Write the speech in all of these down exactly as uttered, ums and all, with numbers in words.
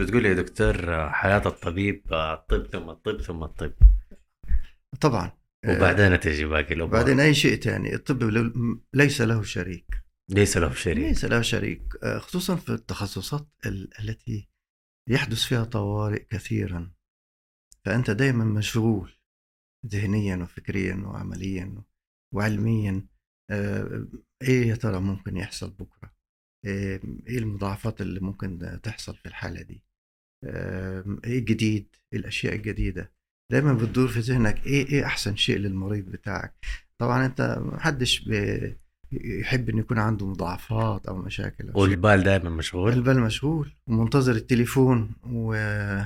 بتقول يا دكتور آه، حياة الطبيب آه، الطب ثم الطب ثم الطب، طبعا. آه، وبعدين تجي باقي وبعدين الأمور. أي شيء تاني، الطب لو- ليس له شريك. ليس له شريك. ليس له شريك، آه، خصوصا في التخصصات ال- التي يحدث فيها طوارئ كثيرا. فأنت دايما مشغول ذهنيا وفكريا وعمليا وعلميا. آه، إيه يا ترى ممكن يحصل بكرة؟ إيه إيه المضاعفات اللي ممكن تحصل في الحالة دي؟ آه، إيه الجديد؟ إيه الأشياء الجديدة؟ دايما بتدور في ذهنك إيه إيه أحسن شيء للمريض بتاعك. طبعا أنت محدش بي- يحب إن يكون عنده مضاعفات أو مشاكل أو شيء. والبال دائما مشغول. البال مشغول ومنتظر التليفون و...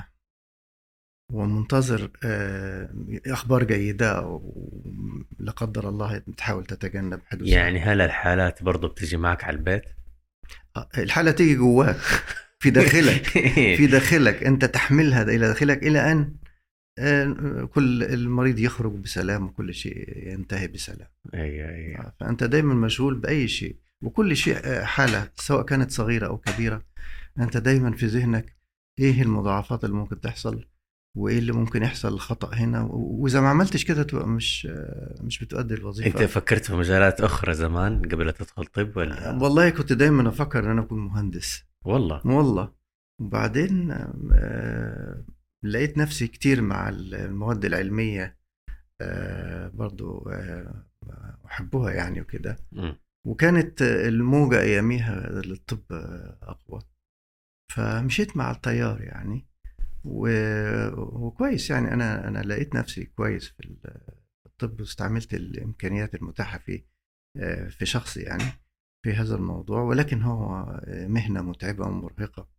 ومنتظر آه، أخبار جيدة، أو لا قدر الله تحاول تتجنب حدوثها. يعني هل الحالات برضو بتجي معك على البيت؟ آه، الحالة تيجي جواك، في داخلك. في داخلك أنت تحملها إلى داخلك إلى أن آه، كل المريض يخرج بسلام وكل شيء ينتهي بسلام. ايوه ايوه. آه، فأنت دايما مشغول بأي شيء، وكل شيء آه، حالة سواء كانت صغيرة أو كبيرة. أنت دايما في ذهنك إيه المضاعفات اللي ممكن تحصل، وإيه اللي ممكن يحصل خطأ هنا، و- وإذا ما عملتش كده تبقى مش آه، مش بتؤدي انت الوظيفة. فكرت في مجالات اخرى زمان قبل لا تدخل طب آه، ولا؟ والله كنت دايما أفكر إن أنا أكون مهندس. والله. والله. وبعدين آه، لقيت نفسي كتير مع المواد العلمية، آه، برضو آه، أحبها يعني وكده. مم. وكانت الموجة أياميها للطب آه، أقوى، فمشيت مع التيار يعني. و- وكويس يعني، أنا أنا لقيت نفسي كويس في الطب، واستعملت الإمكانيات المتاحة في آه، في شخصي يعني في هذا الموضوع. ولكن هو آه، مهنة متعبة ومرهقة،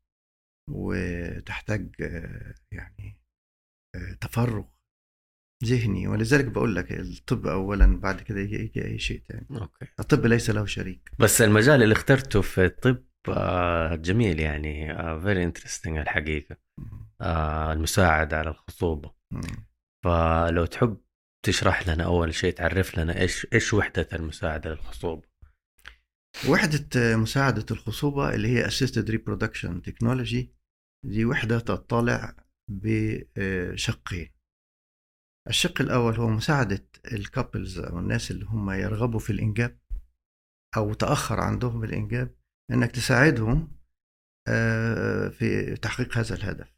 وتحتاج آه، يعني آه، تفرغ ذهني. ولذلك بقول لك الطب أولا، بعد كده يجي, يجي أي شيء تاني. اوكي. الطب ليس له شريك. بس المجال اللي اخترته في الطب آه، جميل يعني آه، very interesting الحقيقة. آه، المساعدة على الخصوبة. مم. فلو تحب تشرح لنا أول شيء، تعرف لنا إيش إيش وحدة المساعدة للخصوبة. وحدة آه، مساعدة الخصوبة اللي هي Assisted Reproduction Technology، دي وحدة تطلع بشقين. الشق الأول هو مساعدة الكابلز أو الناس اللي هم يرغبوا في الإنجاب أو تأخر عندهم الإنجاب، إنك تساعدهم آه، في تحقيق هذا الهدف.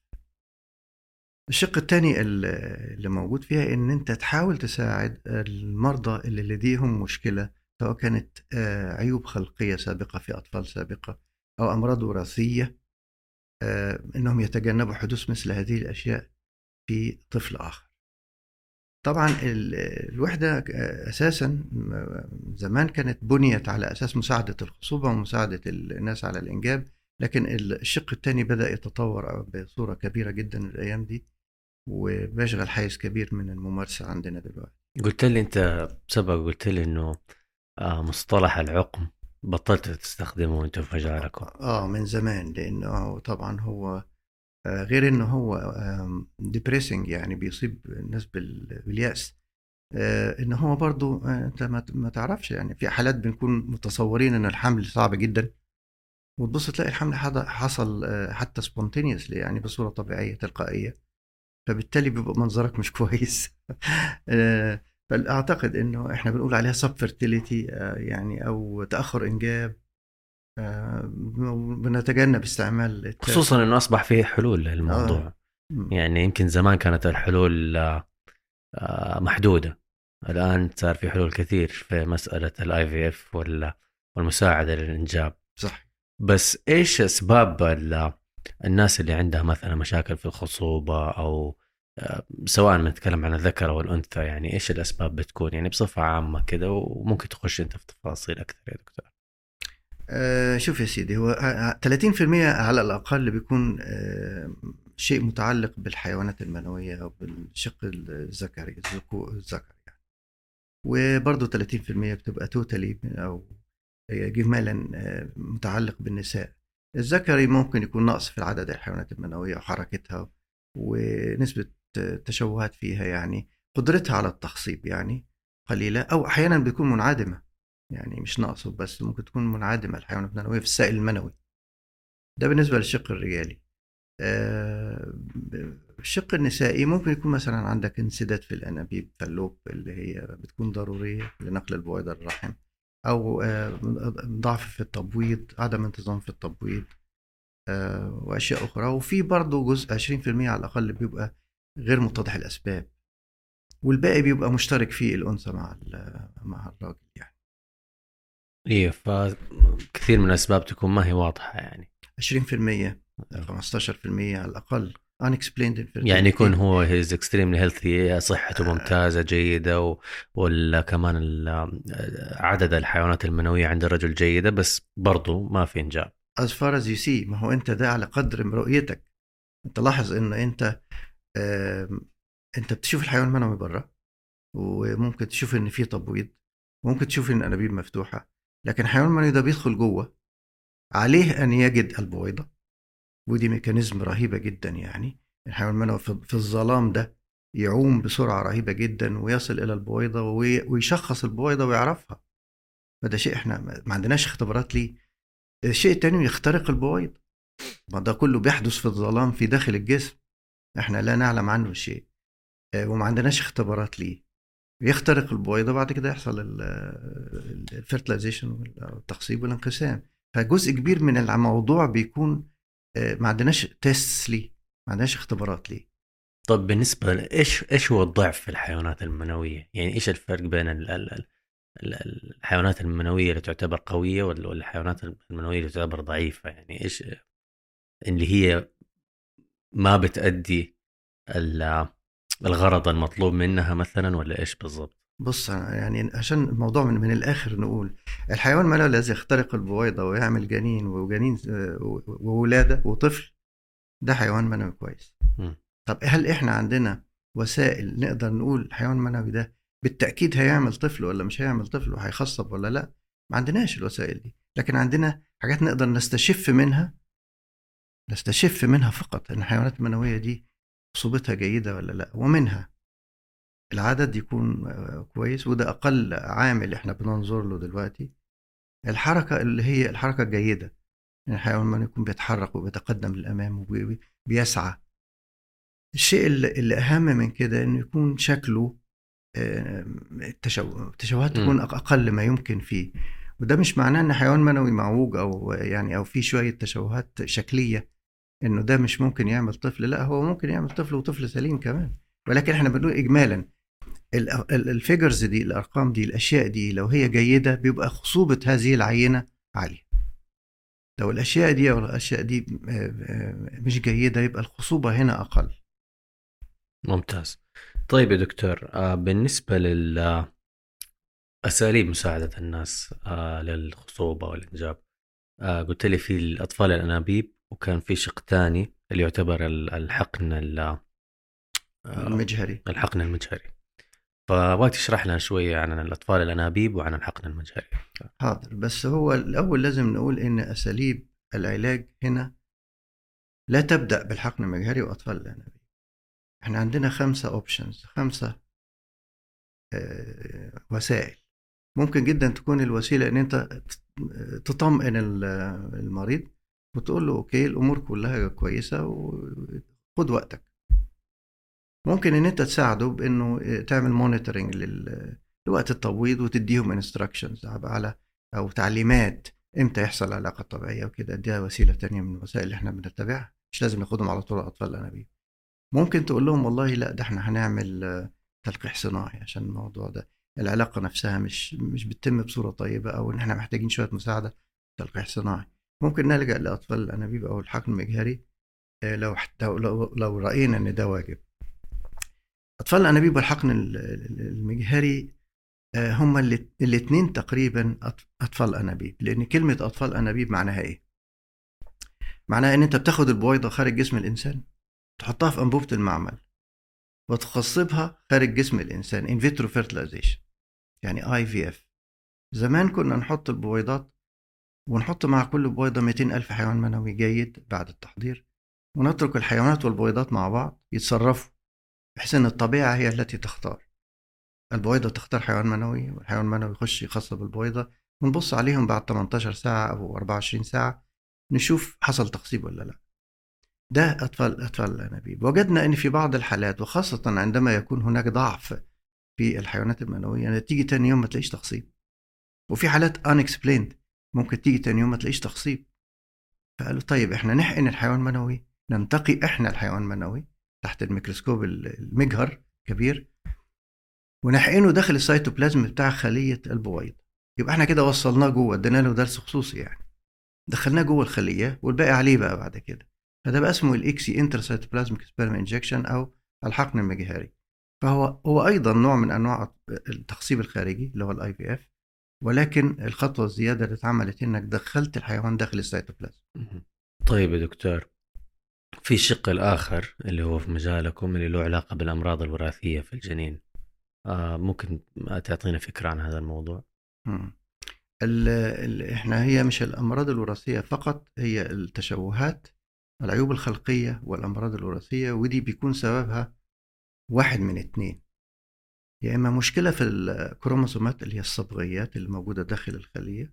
الشق الثاني اللي موجود فيها إن أنت تحاول تساعد المرضى اللي لديهم مشكلة، سواء كانت آه، عيوب خلقية سابقة في أطفال سابقة أو أمراض وراثية، آه، إنهم يتجنبوا حدوث مثل هذه الأشياء في طفل آخر. طبعا ال- الوحدة آه، أساسا م- زمان كانت بنيت على أساس مساعدة الخصوبة ومساعدة الناس على الإنجاب، لكن الشق الثاني بدأ يتطور بصورة كبيرة جدا الأيام دي، وبيشغل حيز كبير من الممارسة عندنا دلوقتي. قلت لي أنت سبق، قلت لي إنه آه، مصطلح العقم بطلت تستخدمه أنت في مجالكم. آه من زمان، لأنه طبعا هو آه، غير إنه هو ديبريسنج يعني بيصيب الناس بال- باليأس. آه، إن هو برضو آه، أنت ما ما تعرفش يعني، في حالات بنكون متصورين إن الحمل صعب جدا، وتبص تلاقي الحمل حض- حصل آه، حتى سبونتينيوسلي يعني بصورة طبيعية تلقائية، فبالتالي بيبقى منظرك مش كويس. آه، فأعتقد إنه إحنا بنقول عليها سب فيرتيليتي يعني، أو تأخر إنجاب. آه، بنتجنب استعمال التر خصوصا إنه أصبح فيه حلول آه للموضوع. م- يعني يمكن زمان كانت الحلول آه، آه، محدودة. الآن صار في حلول كثير في مسألة الاي في اف والمساعدة للإنجاب. صح. بس إيش أسباب ال- الناس اللي عندها مثلا مشاكل في الخصوبة، أو آه، سواء بنتكلم عن الذكر أو الأنثى، يعني إيش الأسباب بتكون يعني بصفة عامة كده، وممكن تخش أنت في تفاصيل أكثر يا دكتور. آه شوف يا سيدي، هو ع- ثلاثين في المية على الأقل بيكون آه شيء متعلق بالحيوانات المنوية أو بالشق الذكري، الذكو- الذكر يعني. وبرضه ثلاثين في المية بتبقى توتالي أو جمالا آه، متعلق بالنساء. الذكري ممكن يكون نقص في عدد الحيوانات المنوية وحركتها، ونسبة تشوهات فيها يعني، قدرتها على التخصيب يعني قليلة، أو أحيانا بتكون منعدمة. يعني مش ناقصه بس، ممكن تكون منعدمة الحيوانات المنوية في السائل المنوي. ده بالنسبة للشق الرجالي. آه، الشق النسائي ممكن يكون مثلا عندك انسداد في الأنابيب فاللوب اللي هي بتكون ضرورية لنقل البويضة للرحم، أو آه، ضعف في التبويض، عدم انتظام في التبويض، آه، وأشياء أخرى. وفي برضه جزء عشرين في المية على الأقل بيبقى غير متضح الأسباب، والباقي بيبقى مشترك فيه الأنثى مع مع الراجل يعني. إيه، فكثير من الأسباب تكون ما هي واضحة يعني. عشرين في المية خمستاشر في المية على الأقل unexplained infertility. يعني يكون هو هيز extremely healthy، صحته ممتازة جيدة، و... ولا كمان ال... عدد الحيوانات المنوية عند الرجل جيدة، بس برضو ما في إنجاب. as far as you see. ما هو أنت ده على قدر من رؤيتك. أنت لاحظ إن أنت أنت بتشوف الحيوان المنوي برا، وممكن تشوف إن فيه تبويض، وممكن تشوف إن الأنابيب مفتوحة، لكن الحيوان المنوي ده بيدخل جوه، عليه أن يجد البويضة، ودي ميكانيزم رهيبة جدا. يعني الحيوان المنوي في الظلام ده يعوم بسرعة رهيبة جدا ويصل إلى البويضة ويشخص البويضة ويعرفها. فده شيء احنا ما عندناش اختبارات ليه. الشيء التاني يخترق البويضة، ما ده كله بيحدث في الظلام في داخل الجسم، احنا لا نعلم عنه شيء وما عندناش اختبارات ليه. يخترق البويضة، بعد كده يحصل الفيرتلايزيشن والتخصيب والانقسام. فجزء كبير من الموضوع بيكون ما عندناش تيست ليه، ما عندناش اختبارات ليه. طب بالنسبة لإيش إيش هو الضعف في الحيوانات المنوية؟ يعني إيش الفرق بين ال ال الحيوانات المنوية اللي تعتبر قوية والحيوانات المنوية اللي تعتبر ضعيفة؟ يعني إيش اللي هي ما بتأدي الغرض المطلوب منها مثلا، ولا إيش بالضبط؟ بص يعني عشان الموضوع من, من الآخر نقول الحيوان المنوي الذي يخترق البويضة ويعمل جنين وجنين وولادة وطفل، ده حيوان منوي كويس. م. طب هل إحنا عندنا وسائل نقدر نقول الحيوان المنوي ده بالتأكيد هيعمل طفل ولا مش هيعمل طفل وهيخصب ولا لا؟ ما عندناش الوسائل دي، لكن عندنا حاجات نقدر نستشف منها نستشف منها فقط ان الحيوانات المنوية دي خصوبتها جيدة ولا لا، ومنها العدد يكون كويس، وده أقل عامل احنا بننظر له دلوقتي. الحركة اللي هي الحركة الجيدة، يعني الحيوان المنوي يكون بيتحرك وبيتقدم للأمام وبيسعى. الشيء اللي أهم من كده إنه يكون شكله التشوهات تكون أقل ما يمكن فيه، وده مش معناه إن حيوان منوي معوج أو يعني أو فيه شوية تشوهات شكلية إنه ده مش ممكن يعمل طفل. لا، هو ممكن يعمل طفل وطفل سليم كمان، ولكن إحنا بنقول إجمالا الفيجرز دي، الأرقام دي، الأشياء دي لو هي جيدة بيبقى خصوبة هذه العينة عالية. لو الأشياء دي أو الأشياء دي مش جيدة يبقى الخصوبة هنا أقل. ممتاز. طيب يا دكتور، بالنسبة لأساليب مساعدة الناس للخصوبة والإنجاب، قلت لي في الأطفال الأنابيب، وكان في شق تاني اللي يعتبر الحقن المجهري الحقن المجهري. فوقت تشرح لنا شوية عن الأطفال الأنابيب وعن الحقن المجهري. حاضر، بس هو الأول لازم نقول إن أساليب العلاج هنا لا تبدأ بالحقن المجهري وأطفال الأنابيب. احنا عندنا خمسة اوبشنز، خمسة اه وسائل. ممكن جدا تكون الوسيلة ان انت تطمئن المريض وتقول له اوكي الامور كلها كويسة وخد وقتك. ممكن ان انت تساعده بانه تعمل مونيتورنج لوقت التبويض وتديهم انستراكشنز على او تعليمات امتى يحصل علاقة طبيعية وكده. دي وسيلة تانية من الوسائل اللي احنا بنتبعها، مش لازم ناخدهم على طول اطفال الانابيب. ممكن تقول لهم والله لا، ده احنا هنعمل تلقيح صناعي عشان الموضوع ده العلاقة نفسها مش مش بتتم بصورة طيبة، او ان احنا محتاجين شوية مساعدة تلقيح صناعي. ممكن نلجأ لأطفال الأنابيب او الحقن المجهري لو لو لو رأينا ان ده واجب. أطفال الأنابيب والحقن المجهري هما الاثنين تقريبا أطفال أنابيب، لأن كلمة أطفال أنابيب معناها إيه؟ معناها إن أنت بتاخد البويضة خارج جسم الإنسان، تحطها في أنبوبة المعمل وتخصبها خارج جسم الإنسان in vitro fertilization، يعني آي في إف. زمان كنا نحط البويضات ونحط مع كل بويضة مئتين ألف حيوان منوي جيد بعد التحضير، ونترك الحيوانات والبويضات مع بعض يتصرفوا بحيث أن الطبيعة هي التي تختار. البويضة تختار حيوان منوي والحيوان المنوي يخش يخصب البويضة، ونبص عليهم بعد ثمانية عشر ساعة أو أربعة وعشرين ساعة نشوف حصل تخصيب ولا لا. ده أطفال أطفال الأنابيب. وجدنا أن في بعض الحالات، وخاصة عندما يكون هناك ضعف في الحيوانات المنوية، يعني تيجي تاني يوم ما تلاقيش تخصيب. وفي حالات unexplained ممكن تيجي تاني يوم ما تلاقيش تخصيب. فقالوا طيب احنا نحقن الحيوان المنوي، ننتقي احنا الحيوان المنوي تحت الميكروسكوب المجهر كبير، ونحقنه داخل السيتوبلازم بتاع خلية البويض. يبقى احنا كده وصلناه جوه، ادينا له درس خصوصي يعني، دخلناه جوه الخلية والباقي عليه بقى بعد كده. فده بقى اسمه الاكسي انترسيتوبلازميك سبيرم انجكشن او الحقن المجهري. فهو هو ايضا نوع من انواع التخصيب الخارجي اللي هو الاي في اف، ولكن الخطوه الزياده اللي اتعملت انك دخلت الحيوان داخل السيتوبلازم. طيب يا دكتور، في الشق الآخر اللي هو في مجالكم اللي له علاقة بالأمراض الوراثية في الجنين، آه ممكن تعطينا فكرة عن هذا الموضوع؟ مم. ال ال احنا هي مش الامراض الوراثيه فقط، هي التشوهات، العيوب الخلقيه والامراض الوراثيه، ودي بيكون سببها واحد من اتنين. يا اما مشكله في الكروموسومات اللي هي الصبغيات اللي موجوده داخل الخليه،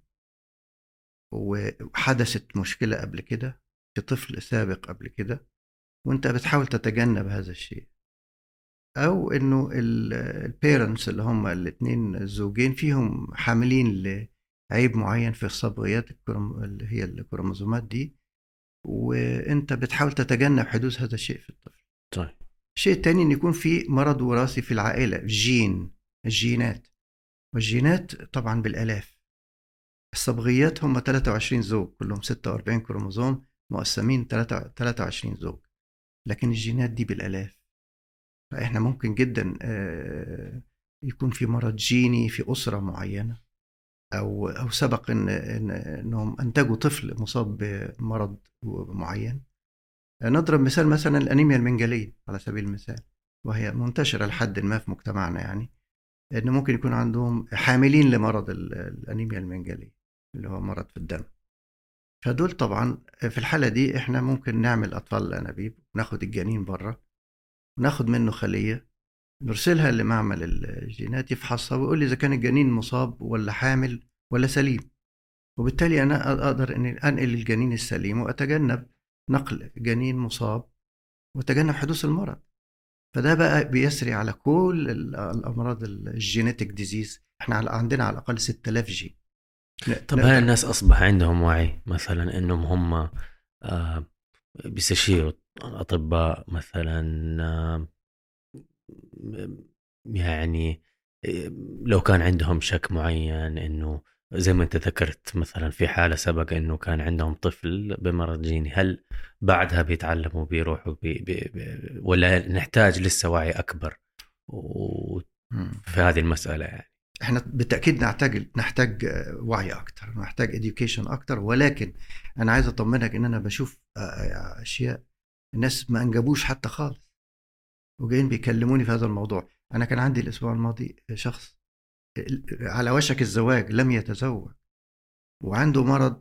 وحدثت مشكله قبل كده في طفل سابق قبل كده وانت بتحاول تتجنب هذا الشيء، او انه البيرنتس اللي هم الاثنين الزوجين فيهم حاملين لعيب معين في الصبغيات الكروم... اللي هي الكروموزومات دي، وانت بتحاول تتجنب حدوث هذا الشيء في الطفل. طيب. الشيء الثاني ان يكون في مرض وراثي في العائله، جين، الجينات. والجينات طبعا بالالاف. الصبغيات هم ثلاثة وعشرين زوج، كلهم ستة وأربعين كروموزوم مقسمين ثلاثة وعشرين زوج، لكن الجينات دي بالالاف. فإحنا ممكن جدا يكون في مرض جيني في أسرة معينة، أو أو سبق إن إن إنهم أنتجوا طفل مصاب بمرض معين. نضرب مثال مثلا الأنيميا المنجلية على سبيل المثال، وهي منتشرة لحد ما في مجتمعنا، يعني إن ممكن يكون عندهم حاملين لمرض الأنيميا المنجلية اللي هو مرض في الدم. فدول طبعا في الحالة دي إحنا ممكن نعمل أطفال الأنابيب، ناخد الجنين بره، وناخد منه خلية، نرسلها لمعمل الجينات يفحصها ويقول لي إذا كان الجنين مصاب ولا حامل ولا سليم. وبالتالي أنا أقدر أني أنقل الجنين السليم وأتجنب نقل جنين مصاب وأتجنب حدوث المرض. فده بقى بيسري على كل الأمراض الجينيتك ديزيز. احنا عندنا على الأقل ستة آلاف جين. طب هل الناس أصبح عندهم وعي مثلا أنهم هم آه بيستشيروا أطباء مثلا، آه يعني لو كان عندهم شك معين، انه زي ما انت ذكرت مثلا في حالة سبق انه كان عندهم طفل بمرض جيني، هل بعدها بيتعلموا بيروحوا بي بي بي ولا نحتاج لسه وعي اكبر في هذه المسألة؟ يعني احنا بالتأكيد نحتاج نحتاج وعي اكتر، نحتاج education اكتر، ولكن انا عايز اطمنك ان انا بشوف اشياء الناس ما انجبوش حتى خالص وجايين بيكلموني في هذا الموضوع. انا كان عندي الاسبوع الماضي شخص على وشك الزواج لم يتزوج، وعنده مرض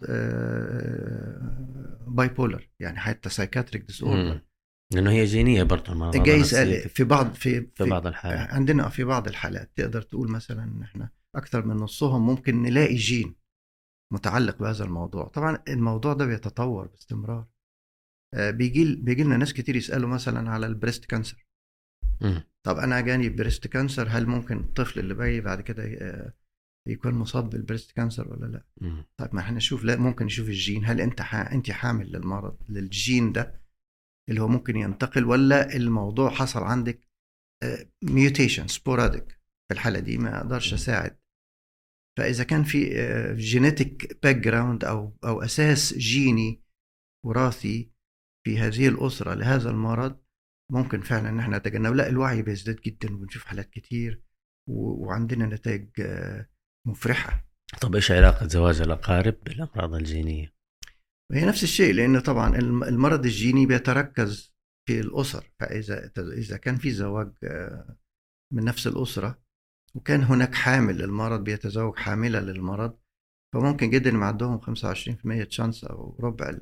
باي بولر، يعني حتى سايكاتريك ديس اوردر، لانه هي جينيه برضه المرض جاي يسأل في بعض في, في, في بعض الحالات. عندنا في بعض الحالات تقدر تقول مثلا ان احنا اكثر من نصهم ممكن نلاقي جين متعلق بهذا الموضوع. طبعا الموضوع ده بيتطور باستمرار. بيجي بيجي لنا ناس كتير يسالوا مثلا على البريست كانسر. م. طب انا جاني بريست كانسر، هل ممكن الطفل اللي باقي بعد كده يكون مصاب بالبريست كانسر ولا لا؟ م. طيب ما احنا نشوف، لا ممكن نشوف الجين، هل انت ح... انت حامل للمرض للجين ده اللي هو ممكن ينتقل، ولا الموضوع حصل عندك ميوتيشن سبوراديك. في الحاله دي ما اقدرش اساعد. فاذا كان في جينيتك باك جراوند او او اساس جيني وراثي في هذه الاسره لهذا المرض، ممكن فعلا ان احنا نتجنب. لا الوعي بيزداد جدا وبنشوف حالات كتير وعندنا نتائج مفرحه. طب ايش علاقه زواج الاقارب بالامراض الجينيه؟ هي نفس الشيء، لأنه طبعا المرض الجيني بيتركز في الأسر. فإذا إذا كان في زواج من نفس الأسرة وكان هناك حامل للمرض بيتزوج حاملة للمرض، فممكن جدا ما عندهم خمسة وعشرين بالمية تشانس أو ربع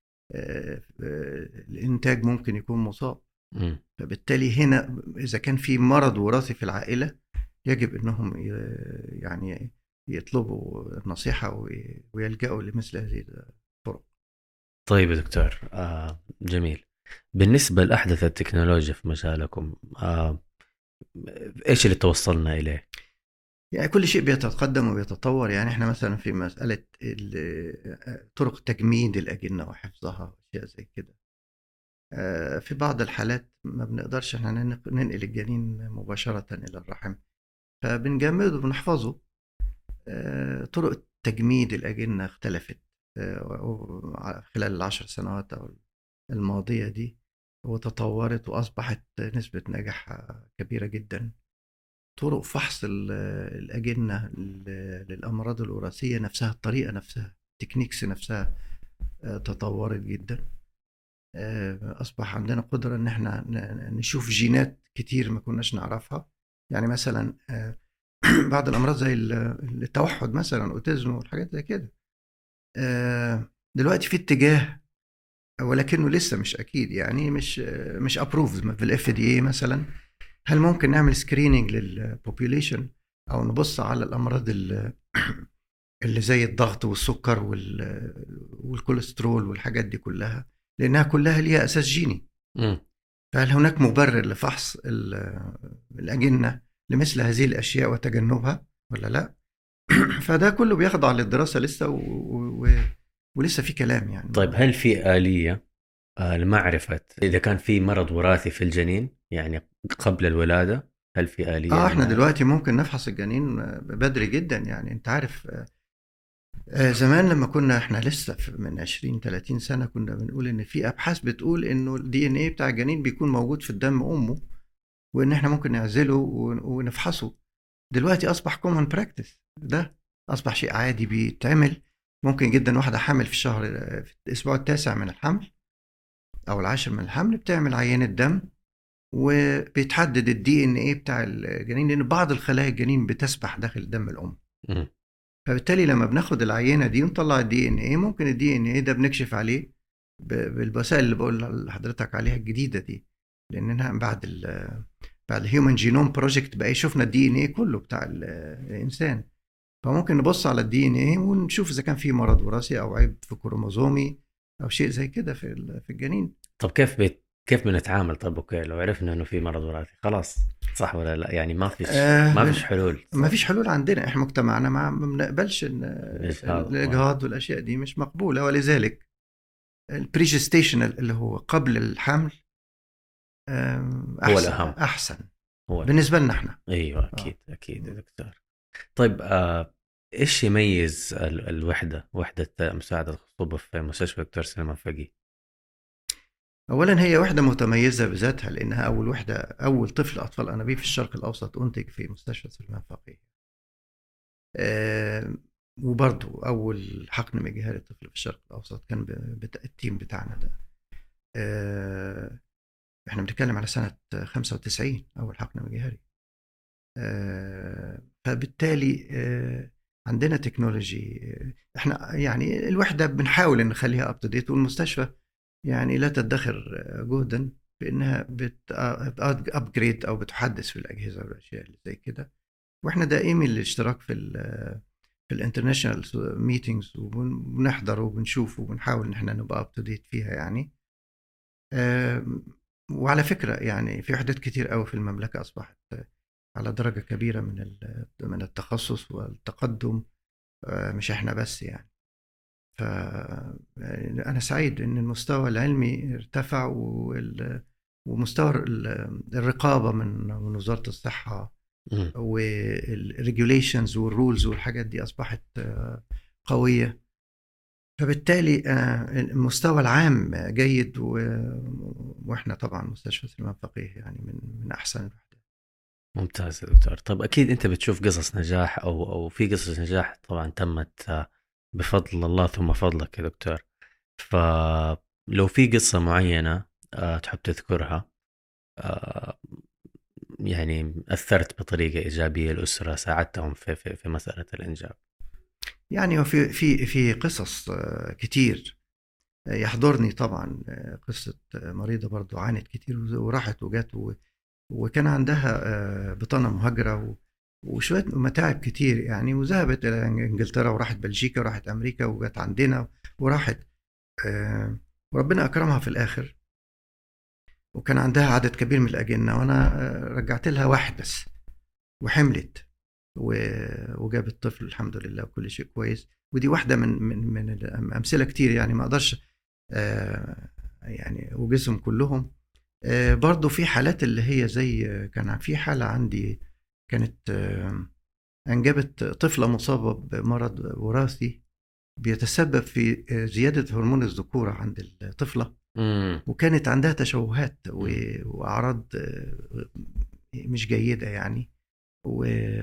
الإنتاج ممكن يكون مصاب. م. فبالتالي هنا إذا كان في مرض وراثي في العائلة يجب أنهم يعني يطلبوا النصيحة ويلجأوا لمثل هذه الطرق. طيب يا دكتور، آه جميل. بالنسبة لأحدث التكنولوجيا في مجالكم، آه إيش اللي توصلنا إليه؟ يعني كل شيء بيتقدم وبيتطور. يعني احنا مثلا في مسألة ال- طرق تجميد الأجنة وحفظها وأشياء زي كده. آه، في بعض الحالات ما بنقدرش احنا ننق- ننقل الجنين مباشرة إلى الرحم، فبنجمده وبنحفظه. آه، طرق تجميد الأجنة اختلفت آه، خلال العشر سنوات أو الماضية دي، وتطورت وأصبحت نسبة نجاحها كبيرة جدا. طرق فحص ال- الأجنة ل- للأمراض الوراثية نفسها، الطريقة نفسها، التكنيكس نفسها آه، تطورت جدا. آه، أصبح عندنا قدرة إن احنا ن- نشوف جينات كتير ما كناش نعرفها. يعني مثلا آه، بعض الأمراض زي ال- التوحد مثلا، أوتيزم والحاجات زي كده. آه، دلوقتي في اتجاه، ولكنه لسه مش أكيد، يعني مش آه، مش أبروفد في الاف دي اي مثلا. هل ممكن نعمل سكريننج للبوبوليشن او نبص على الامراض ال- اللي زي الضغط والسكر وال- والكوليسترول والحاجات دي كلها، لانها كلها ليها اساس جيني. مم. فهل هناك مبرر لفحص ال- الاجنه لمثل هذه الاشياء وتجنبها ولا لا؟ فده كله بيخضع للدراسه لسه، و... و... ولسه في كلام يعني. طيب هل في آلية آه، لمعرفة إذا كان في مرض وراثي في الجنين يعني قبل الولادة؟ هل في آلية اه احنا لنعرف؟ دلوقتي ممكن نفحص الجنين بدري جدا. يعني انت عارف آه، زمان لما كنا احنا لسه في- من عشرين ثلاثين سنة كنا بنقول ان في ابحاث بتقول انه الدي ان ايه بتاع الجنين بيكون موجود في الدم امه، وان احنا ممكن نعزله ون- ونفحصه. دلوقتي اصبح كومن براكتس، ده اصبح شيء عادي بيتعمل. ممكن جدا واحدة حامل في الشهر في الاسبوع التاسع من الحمل او العاشر من الحمل بتعمل عينة دم، وبيتحدد الدي ان ايه بتاع الجنين، لان بعض الخلايا الجنين بتسبح داخل دم الام. مم. فبالتالي لما بناخد العينه دي ونطلع الدي ان ايه، ممكن الدي ان ايه ده بنكشف عليه ب- بالوسائل اللي بقول لحضرتك عليها الجديده دي، لاننا بعد ال بعد الهيومن جينوم بروجكت بقى شفنا الدي ان ايه كله بتاع ال- الانسان. فممكن نبص على الدي ان ايه ونشوف اذا كان في مرض وراثي او عيب في كروموزومي او شيء زي كده في ال- في الجنين. طب كيف بيت كيف بنتعامل؟ طب اوكي، لو عرفنا انه في مرض وراثي خلاص، صح ولا لا؟ يعني ما فيش آه ما بن... فيش حلول، ما صح؟ فيش حلول عندنا، احنا مجتمعنا ما ما بنقبلش ان ليش هذا طبعا. الاجهاض والاشياء دي مش مقبوله، ولذلك البريجستيشنال اللي هو قبل الحمل آم، هو احسن الاهم. احسن هو الأهم. بالنسبه لنا احنا. ايوه اه اكيد اكيد يا دكتور. طيب آه ايش يميز ال- الوحده وحده مساعده الخصوبه في مستشفى دكتور سليمان فقيه؟ اولا هي وحده متميزه بذاتها، لانها اول وحده، اول طفل اطفال انابيب في الشرق الاوسط انتج في مستشفى سليمان فقيه. آم، وبرضو اول حقن مجهري طفل في الشرق الاوسط كان ب- بتا- التيم بتاعنا ده. آه، احنا بنتكلم على سنه خمسة وتسعين اول حقن مجهري. آه، فبالتالي آه، عندنا تكنولوجي. آه، احنا يعني الوحده بنحاول ان نخليها اب تو ديت، والمستشفى يعني لا تدخر آه، جهدا بانها بت ابجريد او بتحدث في الاجهزه والاشياء اللي زي كده. واحنا دائمي الاشتراك في ال في الانترناشونال ميتينجز، وبنحضر وبنشوف وبنحاول ان احنا نبقى اب تو ديت فيها يعني. آم، وعلى فكره يعني في وحدات كتير قوي في المملكه اصبحت على درجة كبيرة من ال- من التخصص والتقدم. آه، مش احنا بس يعني. فأنا سعيد إن المستوى العلمي ارتفع، وال- ومستوى ال- الرقابة من من وزارة الصحة مم. والريجوليشنز والرولز والحاجات دي أصبحت آه، قوية. فبالتالي آه، المستوى العام جيد، و- واحنا طبعا مستشفى سليمان فقيه يعني من من أحسن الوحدات. ممتاز يا دكتور. طب اكيد انت بتشوف قصص نجاح او او في قصص نجاح طبعا تمت آه، بفضل الله ثم فضلك يا دكتور. فلو في قصه معينه آه، تحب تذكرها، آه، يعني أثرت بطريقة إيجابية الأسرة، ساعدتهم في في في مسألة الإنجاب. يعني في في في قصص آه، كتير يحضرني طبعا. آه، قصة آه، مريضة برضو عانت كتير وراحت وجات، و- وكان عندها آه، بطانة مهاجرة و- وشوية متاعب كتير يعني، وذهبت إلى إنجلترا وراحت بلجيكا وراحت أمريكا وجات عندنا وراحت. آه، وربنا أكرمها في الآخر وكان عندها عدد كبير من الأجنة، وأنا رجعت لها واحد بس وحملت وجابت طفل الحمد لله وكل شيء كويس. ودي واحدة من من من الأمثلة كتير يعني، ما أقدرش يعني أوجزهم كلهم. برضو في حالات اللي هي زي كان في حالة عندي كانت أنجبت طفلة مصابة بمرض وراثي بيتسبب في زيادة هرمون الذكورة عند الطفلة، مم. وكانت عندها تشوهات وأعراض مش جيدة يعني، و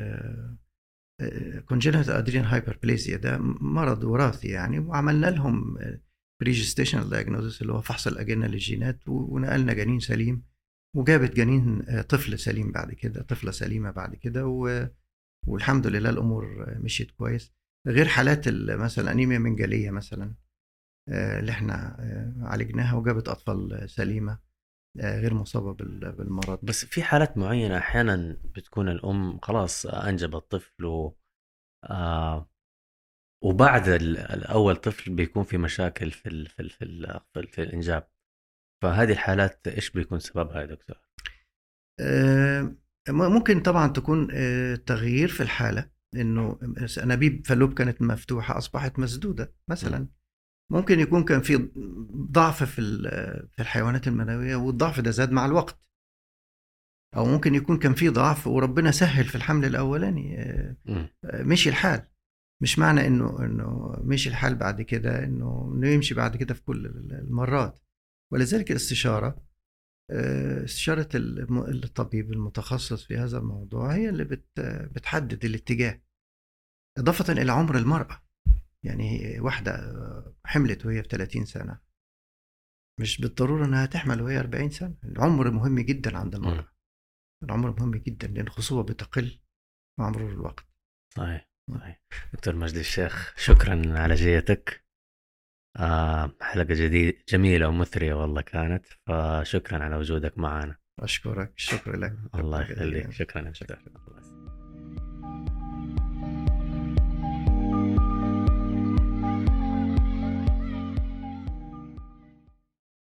congenital adrenal hyperplasia ده مرض وراثي يعني. وعملنا لهم pre-gestational diagnosis اللي هو فحص الأجنة للجينات، ونقلنا جنين سليم، وجابت جنين طفل سليم بعد كده، طفلة سليمة بعد كده، والحمد لله الأمور مشيت كويس. غير حالات مثلا أنيميا منجلية مثلا اللي احنا عالجناها وجابت أطفال سليمة غير مصابة بالمرض. بس في حالات معينة أحيانا بتكون الأم خلاص أنجبت طفل و... آه وبعد الأول طفل بيكون في مشاكل في ال... في ال... في, ال... في, ال... في الإنجاب. فهذه الحالات إيش بيكون سببها يا دكتور؟ آه ممكن طبعا تكون آه تغيير في الحالة، إنه أنابيب فالوب كانت مفتوحة أصبحت مسدودة مثلا. م. ممكن يكون كان في ضعف في في الحيوانات المنوية، والضعف ده زاد مع الوقت. أو ممكن يكون كان في ضعف وربنا سهل في الحمل الأولاني، آه مشي الحال. مش معنى إنه إنه مشي الحال بعد كده إنه إنه يمشي بعد كده في كل المرات. ولذلك الاستشارة استشارة الطبيب المتخصص في هذا الموضوع هي اللي بتحدد الاتجاه، إضافة إلى عمر المرأة. يعني واحدة حملت وهي في ثلاثين سنة مش بالضرورة أنها تحمل وهي أربعين سنة. العمر مهم جدا عند المرأة، العمر مهم جدا لأن الخصوبة بتقل مع مرور الوقت. صحيح صحيح. دكتور مجدي الشيخ، شكرا على جيتك. آه حلقة جديدة جميلة ومثرية والله كانت، فشكرا على وجودك معنا. أشكرك، شكرا لك. الله يخليك، شكرا. شكرا.